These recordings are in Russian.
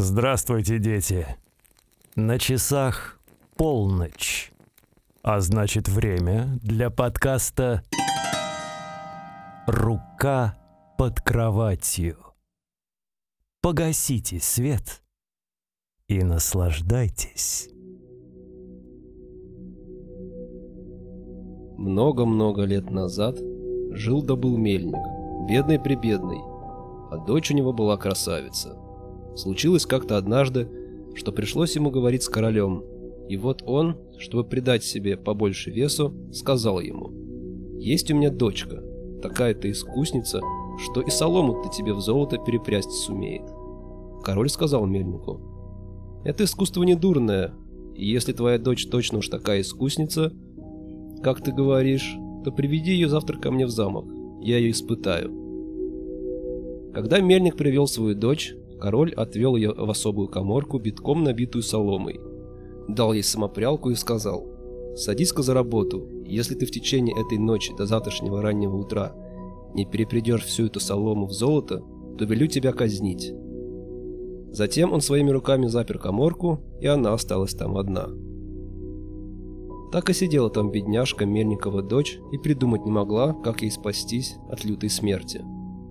Здравствуйте, дети. На часах полночь, а значит время для подкаста «Рука под кроватью». Погасите свет и наслаждайтесь. Много-много лет назад жил-да был мельник, бедный-пребедный, а дочь у него была красавица. Случилось как-то однажды, что пришлось ему говорить с королем, и вот он, чтобы придать себе побольше весу, сказал ему: «Есть у меня дочка, такая-то искусница, что и солому-то тебе в золото перепрясть сумеет». Король сказал мельнику: «Это искусство недурное, и если твоя дочь точно уж такая искусница, как ты говоришь, то приведи ее завтра ко мне в замок, я ее испытаю». Когда мельник привел свою дочь, король отвел ее в особую каморку, битком набитую соломой, дал ей самопрялку и сказал: «Садись-ка за работу, если ты в течение этой ночи до завтрашнего раннего утра не перепрядешь всю эту солому в золото, то велю тебя казнить». Затем он своими руками запер каморку, и она осталась там одна. Так и сидела там бедняжка, мельникова дочь, и придумать не могла, как ей спастись от лютой смерти.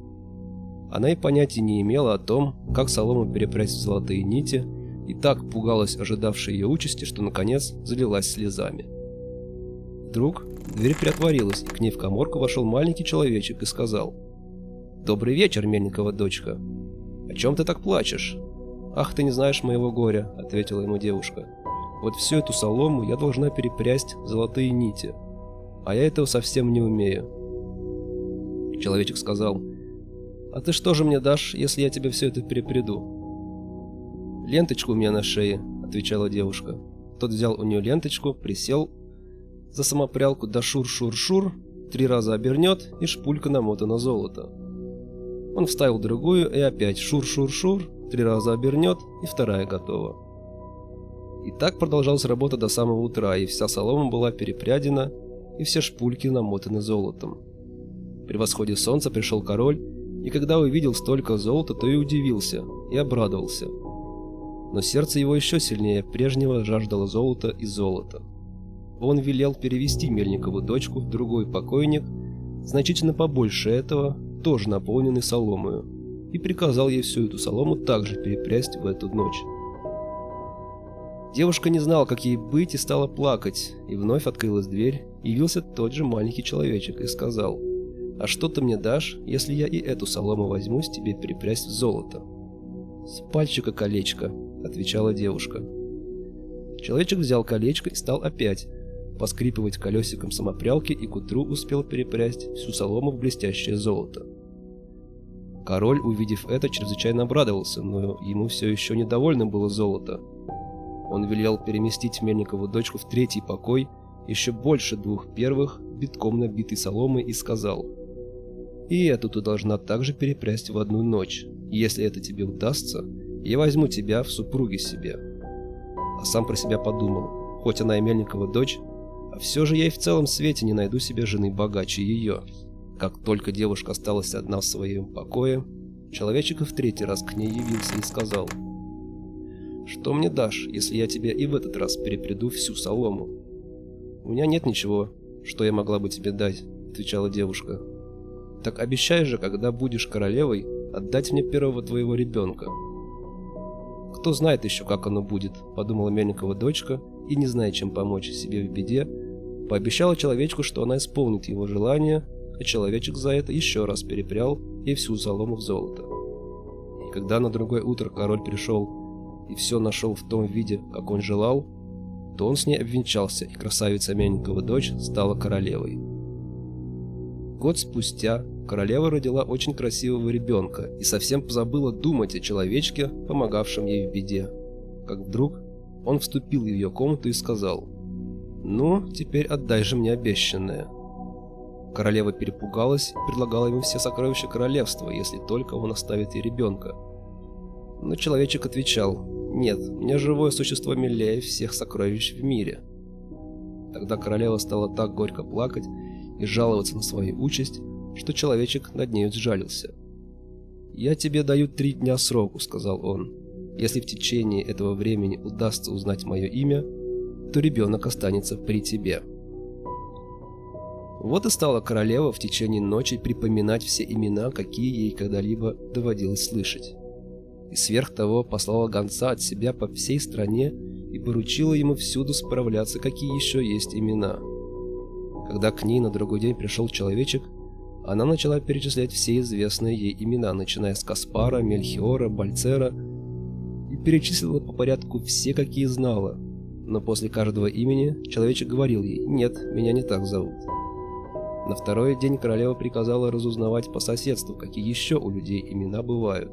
Она и понятия не имела о том, как солому перепрясть в золотые нити, и так пугалась ожидавшей ее участи, что наконец залилась слезами. Вдруг дверь приотворилась, и к ней в каморку вошел маленький человечек и сказал: «Добрый вечер, мельникова дочка. О чем ты так плачешь?» «Ах, ты не знаешь моего горя», — ответила ему девушка. «Вот всю эту солому я должна перепрясть в золотые нити, а я этого совсем не умею». Человечек сказал: «А ты что же мне дашь, если я тебе все это перепряду?» «Ленточку у меня на шее», — отвечала девушка. Тот взял у нее ленточку, присел за самопрялку, да шур-шур-шур, 3 раза обернет, и шпулька намотана золото. Он вставил другую, и опять шур-шур-шур, 3 раза обернет, и вторая готова. И так продолжалась работа до самого утра, и вся солома была перепрядена, и все шпульки намотаны золотом. При восходе солнца пришел король, и когда увидел столько золота, то и удивился, и обрадовался. Но сердце его еще сильнее прежнего жаждало золота и золота. Он велел перевести мельникову дочку в другой покойник, значительно побольше этого, тоже наполненный соломою, и приказал ей всю эту солому также перепрясть в эту ночь. Девушка не знала, как ей быть, и стала плакать, и вновь открылась дверь, явился тот же маленький человечек и сказал: «А что ты мне дашь, если я и эту солому возьмусь тебе перепрясть в золото?» «С пальчика колечко», — отвечала девушка. Человечек взял колечко и стал опять поскрипывать колесиком самопрялки, и к утру успел перепрясть всю солому в блестящее золото. Король, увидев это, чрезвычайно обрадовался, но ему все еще недовольно было золото. Он велел переместить мельникову дочку в 3-й покой, еще больше 2 первых, битком набитый соломой, и сказал: «И эту ты должна также перепрясть в одну ночь. Если это тебе удастся, я возьму тебя в супруги себе». А сам про себя подумал: хоть она и мельникова дочь, а все же я и в целом свете не найду себе жены богаче ее. Как только девушка осталась одна в своем покое, человечек и в 3-й раз к ней явился и сказал: «Что мне дашь, если я тебе и в этот раз перепряду всю солому?» «У меня нет ничего, что я могла бы тебе дать», — отвечала девушка. «Так обещай же, когда будешь королевой, отдать мне первого твоего ребенка». «Кто знает еще, как оно будет», — подумала мельникова дочка, и, не зная, чем помочь себе в беде, пообещала человечку, что она исполнит его желание, а человечек за это еще раз перепрял и всю солому в золото. И когда на другое утро король пришел и все нашел в том виде, как он желал, то он с ней обвенчался, и красавица мельникова дочь стала королевой. Год спустя королева родила очень красивого ребенка и совсем позабыла думать о человечке, помогавшем ей в беде. Как вдруг он вступил в ее комнату и сказал: «Ну, теперь отдай же мне обещанное». Королева перепугалась и предлагала ему все сокровища королевства, если только он оставит ей ребенка. Но человечек отвечал: «Нет, мне живое существо милее всех сокровищ в мире». Тогда королева стала так горько плакать и жаловаться на свою участь, что человечек над нею сжалился. «Я тебе даю 3 дня сроку», — сказал он. Если в течение этого времени удастся узнать мое имя, то ребенок останется при тебе». Вот и стала королева в течение ночи припоминать все имена, какие ей когда-либо доводилось слышать. И сверх того послала гонца от себя по всей стране и поручила ему всюду справляться, какие еще есть имена. Когда к ней на другой день пришел человечек, она начала перечислять все известные ей имена, начиная с Каспара, Мельхиора, Бальцера, и перечислила по порядку все, какие знала. Но после каждого имени человечек говорил ей: «Нет, меня не так зовут». На второй день королева приказала разузнавать по соседству, какие еще у людей имена бывают.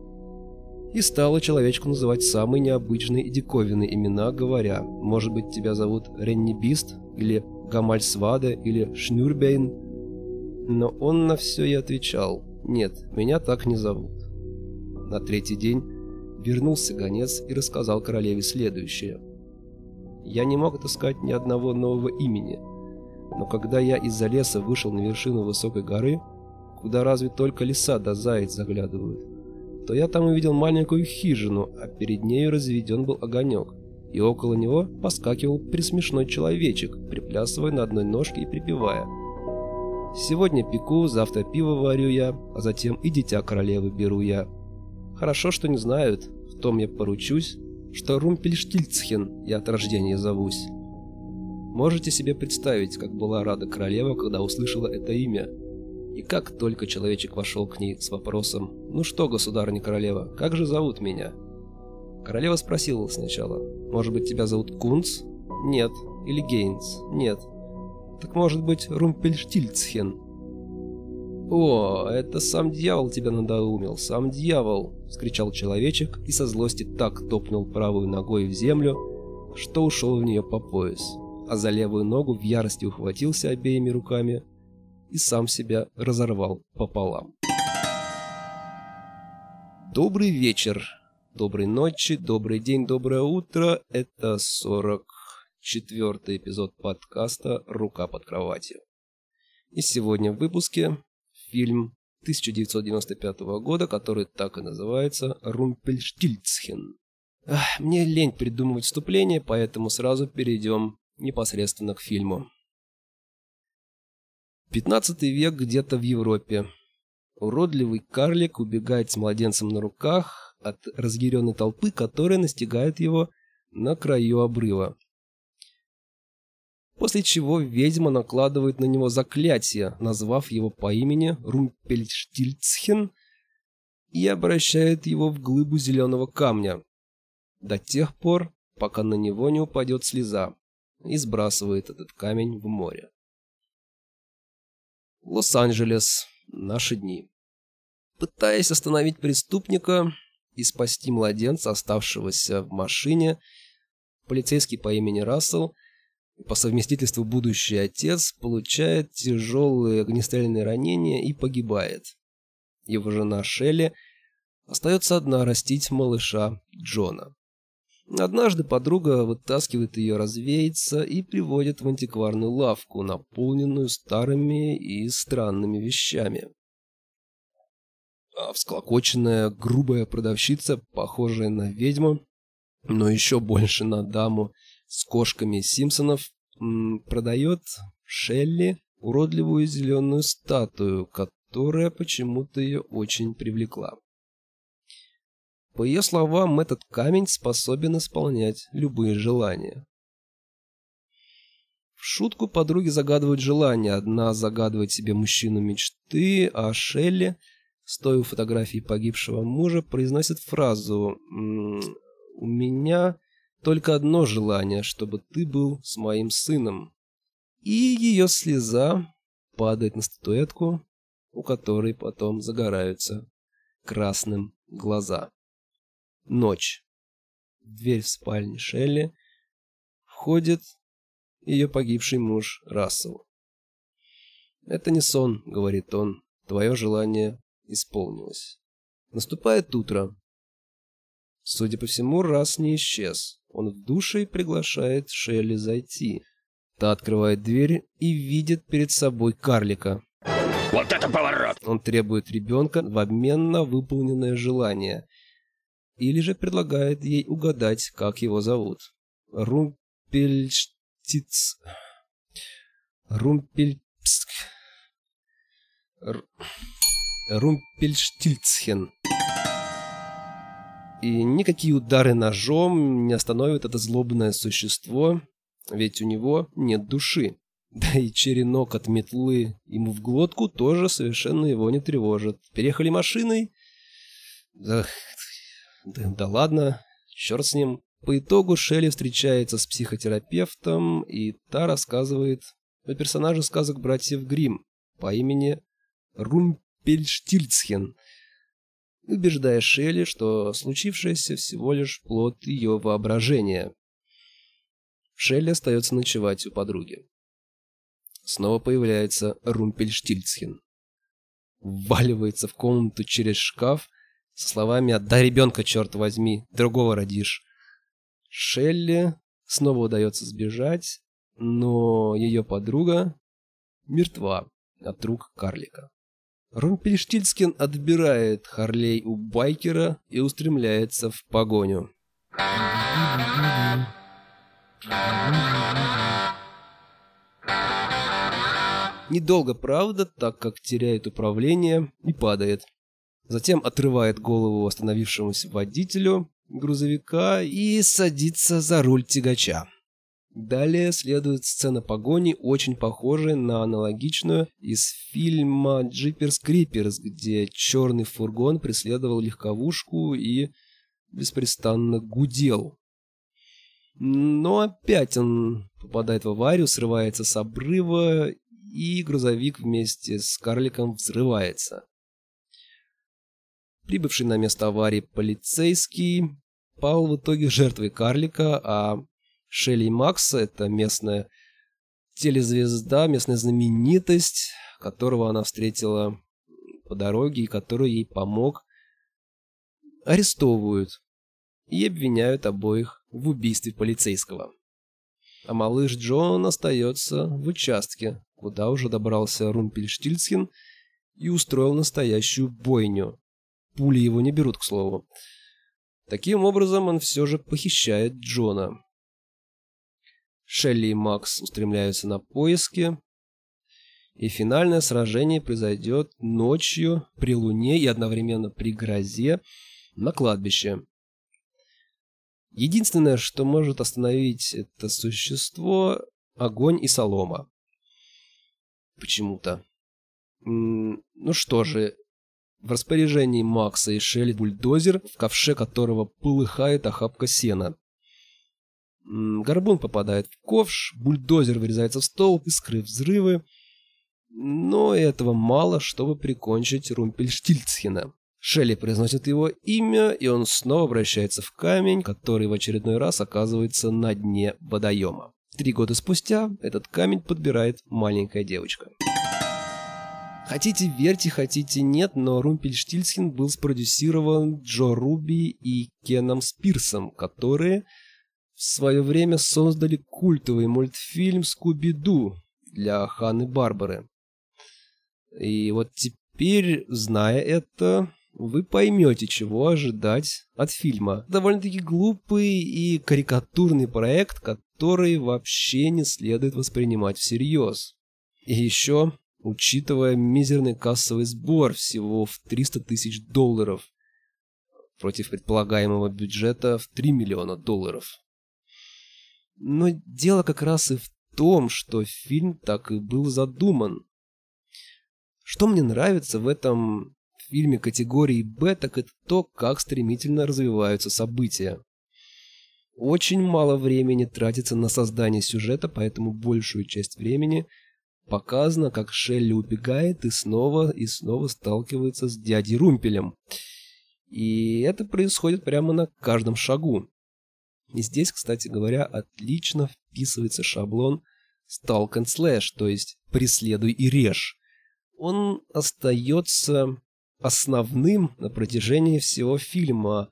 И стала человечку называть самые необычные и диковинные имена, говоря: «Может быть, тебя зовут Реннибист, или Гамальсваде, или Шнюрбейн?» Но он на все и отвечал: «Нет, меня так не зовут». На третий день вернулся гонец и рассказал королеве следующее: «Я не мог отыскать ни одного нового имени, но когда я из-за леса вышел на вершину высокой горы, куда разве только лиса да заяц заглядывают, то я там увидел маленькую хижину, а перед нею разведен был огонек, и около него поскакивал присмешной человечек, приплясывая на одной ножке и припевая: «Сегодня пеку, завтра пиво варю я, а затем и дитя королевы беру я. Хорошо, что не знают, в том я поручусь, что Румпельштильцхен я от рождения зовусь». Можете себе представить, как была рада королева, когда услышала это имя. И как только человечек вошел к ней с вопросом: «Ну что, государыня королева, как же зовут меня?» Королева спросила сначала: «Может быть, тебя зовут Кунц?» «Нет». «Или Гейнс?» «Нет». «Так может быть, Румпельштильцхен?» «О, это сам дьявол тебя надоумил, сам дьявол!» — вскричал человечек и со злости так топнул правой ногой в землю, что ушел в нее по пояс, а за левую ногу в ярости ухватился обеими руками и сам себя разорвал пополам. Добрый вечер, доброй ночи, добрый день, доброе утро. Это 44-й эпизод подкаста «Рука под кроватью». И сегодня в выпуске фильм 1995 года, который так и называется «Румпельштильцхен». Мне лень придумывать вступление, поэтому сразу перейдем непосредственно к фильму. 15 век где-то в Европе. Уродливый карлик убегает с младенцем на руках от разъяренной толпы, которая настигает его на краю обрыва. После чего ведьма накладывает на него заклятие, назвав его по имени Румпельштильцхен, и обращает его в глыбу зеленого камня до тех пор, пока на него не упадет слеза, и сбрасывает этот камень в море. Лос-Анджелес. Наши дни. Пытаясь остановить преступника и спасти младенца, оставшегося в машине, полицейский по имени Рассел, по совместительству будущий отец, получает тяжелые огнестрельные ранения и погибает. Его жена Шелли остается одна растить малыша Джона. Однажды подруга вытаскивает ее развеяться и приводит в антикварную лавку, наполненную старыми и странными вещами. А всклокоченная грубая продавщица, похожая на ведьму, но еще больше на даму с кошками Симпсонов, продает Шелли уродливую зеленую статую, которая почему-то ее очень привлекла. По ее словам, этот камень способен исполнять любые желания. В шутку подруги загадывают желания. Одна загадывает себе мужчину мечты, а Шелли, стоя у фотографии погибшего мужа, произносит фразу: «У меня только одно желание, чтобы ты был с моим сыном». И ее слеза падает на статуэтку, у которой потом загораются красным глаза. Ночь. В дверь в спальне Шелли входит ее погибший муж Рассел. «Это не сон», — говорит он, — «твое желание исполнилось». Наступает утро. Судя по всему, Расс не исчез. Он в душе приглашает Шелли зайти. Та открывает дверь и видит перед собой карлика. Вот это поворот! Он требует ребенка в обмен на выполненное желание. или же предлагает ей угадать, как его зовут. Румпельштильцхен. И никакие удары ножом не остановят это злобное существо, ведь у него нет души. Да и черенок от метлы ему в глотку тоже совершенно его не тревожит. Переехали машиной? Да ладно, черт с ним. По итогу Шелли встречается с психотерапевтом, и та рассказывает о персонаже сказок братьев Гримм по имени Румпельштильцхен, убеждая Шелли, что случившееся всего лишь плод ее воображения. Шелли остается ночевать у подруги. Снова появляется Румпельштильцхен. Вваливается в комнату через шкаф со словами «Отдай ребенка, черт возьми, другого родишь». Шелли снова удается сбежать, но ее подруга мертва от рук карлика. Румпельштильцхен отбирает Харлей у байкера и устремляется в погоню. Недолго, правда, так как теряет управление и падает. Затем отрывает голову остановившемуся водителю грузовика и садится за руль тягача. Далее следует сцена погони, очень похожая на аналогичную из фильма «Джиперс Криперс», где черный фургон преследовал легковушку и беспрестанно гудел. Но опять он попадает в аварию, срывается с обрыва, и грузовик вместе с карликом взрывается. Прибывший на место аварии полицейский пал в итоге жертвой карлика, а Шелли Макса — это местная телезвезда, местная знаменитость, которого она встретила по дороге и который ей помог, арестовывают и обвиняют обоих в убийстве полицейского. А малыш Джон остается в участке, куда уже добрался Румпельштильцхен и устроил настоящую бойню. Пули его не берут, к слову. Таким образом, он все же похищает Джона. Шелли и Макс устремляются на поиски, и финальное сражение произойдет ночью, при луне и одновременно при грозе на кладбище. Единственное, что может остановить это существо — огонь и солома. Почему-то. Ну что же, в распоряжении Макса и Шелли бульдозер, в ковше которого полыхает охапка сена. Горбун попадает в ковш, бульдозер врезается в столб, искры взрывы. Но этого мало, чтобы прикончить Румпельштильцхена. Шелли произносит его имя, и он снова обращается в камень, который в очередной раз оказывается на дне водоема. 3 года спустя этот камень подбирает маленькая девочка. Хотите верьте, хотите нет, но Румпельштильцхен был спродюсирован Джо Руби и Кеном Спирсом, которые в свое время создали культовый мультфильм «Скуби-Ду» для Ханны-Барбары. И вот теперь, зная это, вы поймете, чего ожидать от фильма. Довольно-таки глупый и карикатурный проект, который вообще не следует воспринимать всерьез. И еще, учитывая мизерный кассовый сбор всего в $300 тысяч против предполагаемого бюджета в $3 миллиона. Но дело как раз и в том, что фильм так и был задуман. Что мне нравится в этом фильме категории «Б», так это то, как стремительно развиваются события. Очень мало времени тратится на создание сюжета, поэтому большую часть времени показано, как Шелли убегает и снова сталкивается с дядей Румпелем. И это происходит прямо на каждом шагу. И здесь, кстати говоря, отлично вписывается шаблон «Stalk and Slash», то есть «преследуй и режь». Он остается основным на протяжении всего фильма.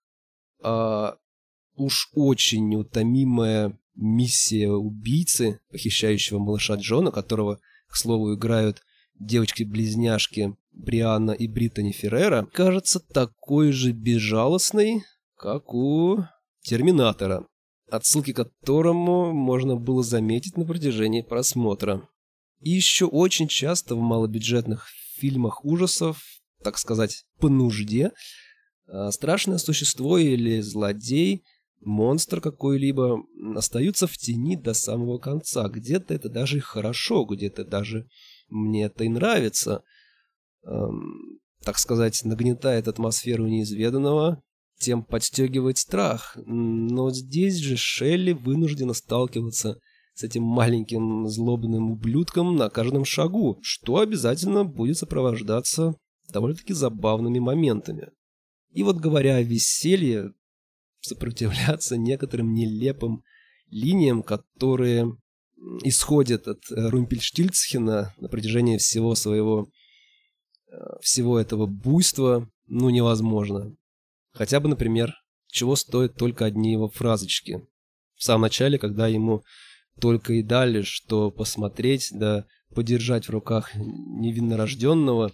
Уж очень неутомимая миссия убийцы, похищающего малыша Джона, которого, к слову, играют девочки-близняшки Брианна и Бриттани Феррера кажется такой же безжалостной, как у Терминатора, отсылки к которому можно было заметить на протяжении просмотра. И еще очень часто в малобюджетных фильмах ужасов, так сказать, по нужде, страшное существо или злодей, монстр какой-либо остаются в тени до самого конца. Где-то это даже и хорошо, где-то даже мне это и нравится. Так сказать, нагнетает атмосферу неизведанного, тем подстегивает страх. Но здесь же Шелли вынуждена сталкиваться с этим маленьким злобным ублюдком на каждом шагу, что обязательно будет сопровождаться довольно-таки забавными моментами. И вот, говоря о веселье, сопротивляться некоторым нелепым линиям, которые исходят от Румпельштильцхена на протяжении всего этого буйства, невозможно. Хотя бы, например, чего стоят только одни его фразочки. В самом начале, когда ему только и дали, что посмотреть, да подержать в руках невиннорожденного,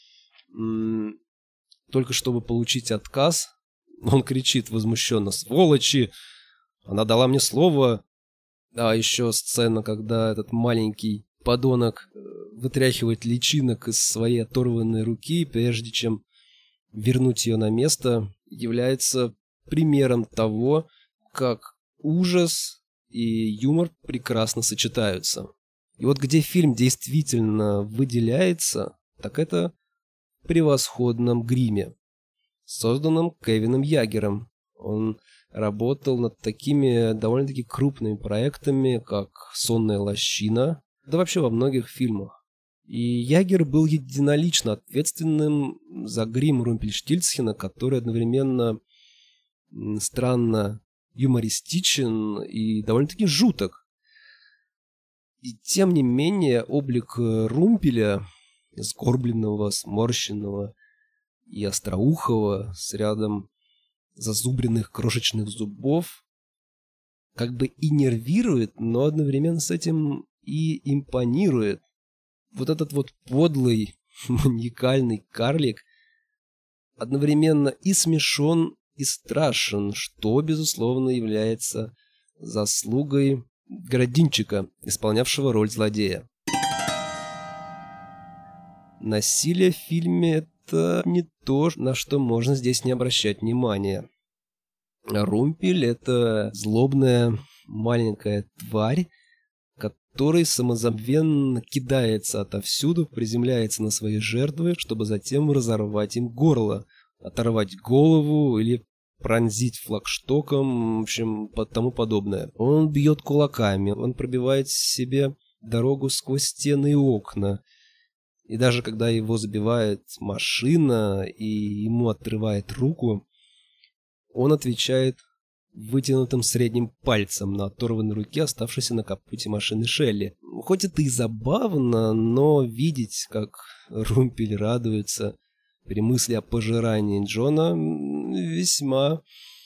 только чтобы получить отказ, он кричит возмущенно: «Сволочи! Она дала мне слово!» А еще сцена, когда этот маленький подонок вытряхивает личинок из своей оторванной руки, прежде чем вернуть ее на место, является примером того, как ужас и юмор прекрасно сочетаются. И вот где фильм действительно выделяется, так это в превосходном гриме, созданном Кевином Ягером. Он работал над такими довольно-таки крупными проектами, как «Сонная лощина», да вообще во многих фильмах. И Ягер был единолично ответственным за грим Румпельштильцхена, который одновременно странно юмористичен и довольно-таки жуток. И тем не менее облик Румпеля, сгорбленного, сморщенного и остроухого, с рядом зазубренных крошечных зубов, как бы и нервирует, но одновременно с этим и импонирует. Вот этот вот подлый, маниакальный карлик одновременно и смешон, и страшен, что, безусловно, является заслугой Городинчика, исполнявшего роль злодея. Насилие в фильме — это не то, на что можно здесь не обращать внимания. Румпель — это злобная маленькая тварь, который самозабвенно кидается отовсюду, приземляется на свои жертвы, чтобы затем разорвать им горло, оторвать голову или пронзить флагштоком, в общем, тому подобное. Он бьет кулаками, он пробивает себе дорогу сквозь стены и окна. И даже когда его забивает машина и ему отрывает руку, он отвечает вытянутым средним пальцем на оторванной руке, оставшейся на капоте машины Шелли. Хоть это и забавно, но видеть, как Румпель радуется при мысли о пожирании Джона, весьма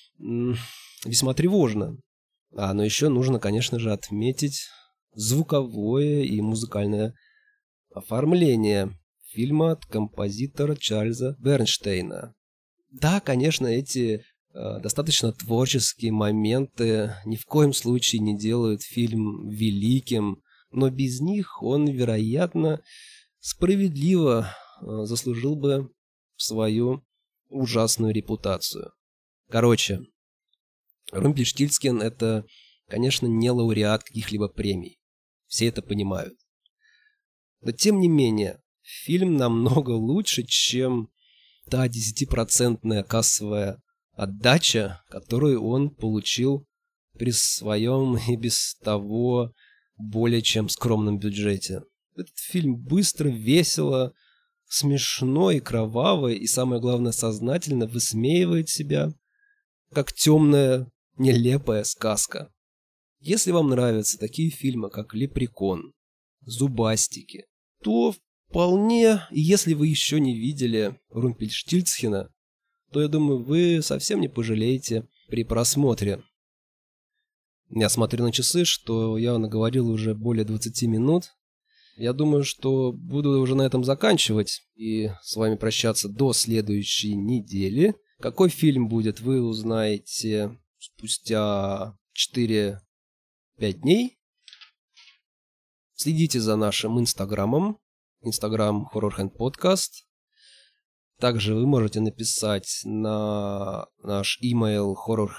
тревожно. Но еще нужно, конечно же, отметить звуковое и музыкальное оформление фильма от композитора Чарльза Бернштейна. Да, конечно, эти достаточно творческие моменты ни в коем случае не делают фильм великим, но без них он, вероятно, справедливо заслужил бы свою ужасную репутацию. Короче, Румпельштильцхен — это, конечно, не лауреат каких-либо премий. Все это понимают. Но тем не менее, фильм намного лучше, чем та 10% кассовая отдача, которую он получил при своем и без того более чем скромном бюджете. Этот фильм быстро, весело, смешно и кроваво, и самое главное, сознательно высмеивает себя, как темная, нелепая сказка. Если вам нравятся такие фильмы, как «Лепрекон», «Зубастики», то вполне, и если вы еще не видели Румпельштильцхена, то, я думаю, вы совсем не пожалеете при просмотре. Я смотрю на часы, что я наговорил уже более 20 минут, Я думаю, что буду уже на этом заканчивать и с вами прощаться до следующей недели. Какой фильм будет, вы узнаете спустя 4-5 дней. Следите за нашим инстаграмом, инстаграм Horror Hand Podcast. Также вы можете написать на наш email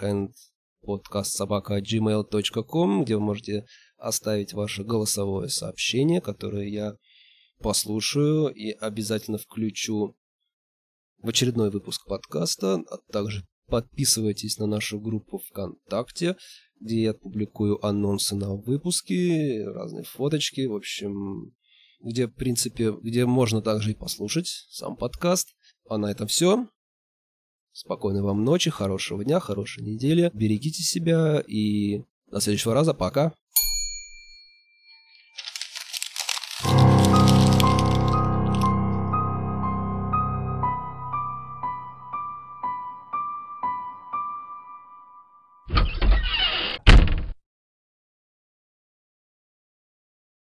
horrorhandpodcast@gmail.com, где вы можете оставить ваше голосовое сообщение, которое я послушаю и обязательно включу в очередной выпуск подкаста. А также подписывайтесь на нашу группу ВКонтакте, где я публикую анонсы на выпуски, разные фоточки, в общем, где, в принципе, где можно также и послушать сам подкаст. А на этом все. Спокойной вам ночи, хорошего дня, хорошей недели. Берегите себя и до следующего раза. Пока.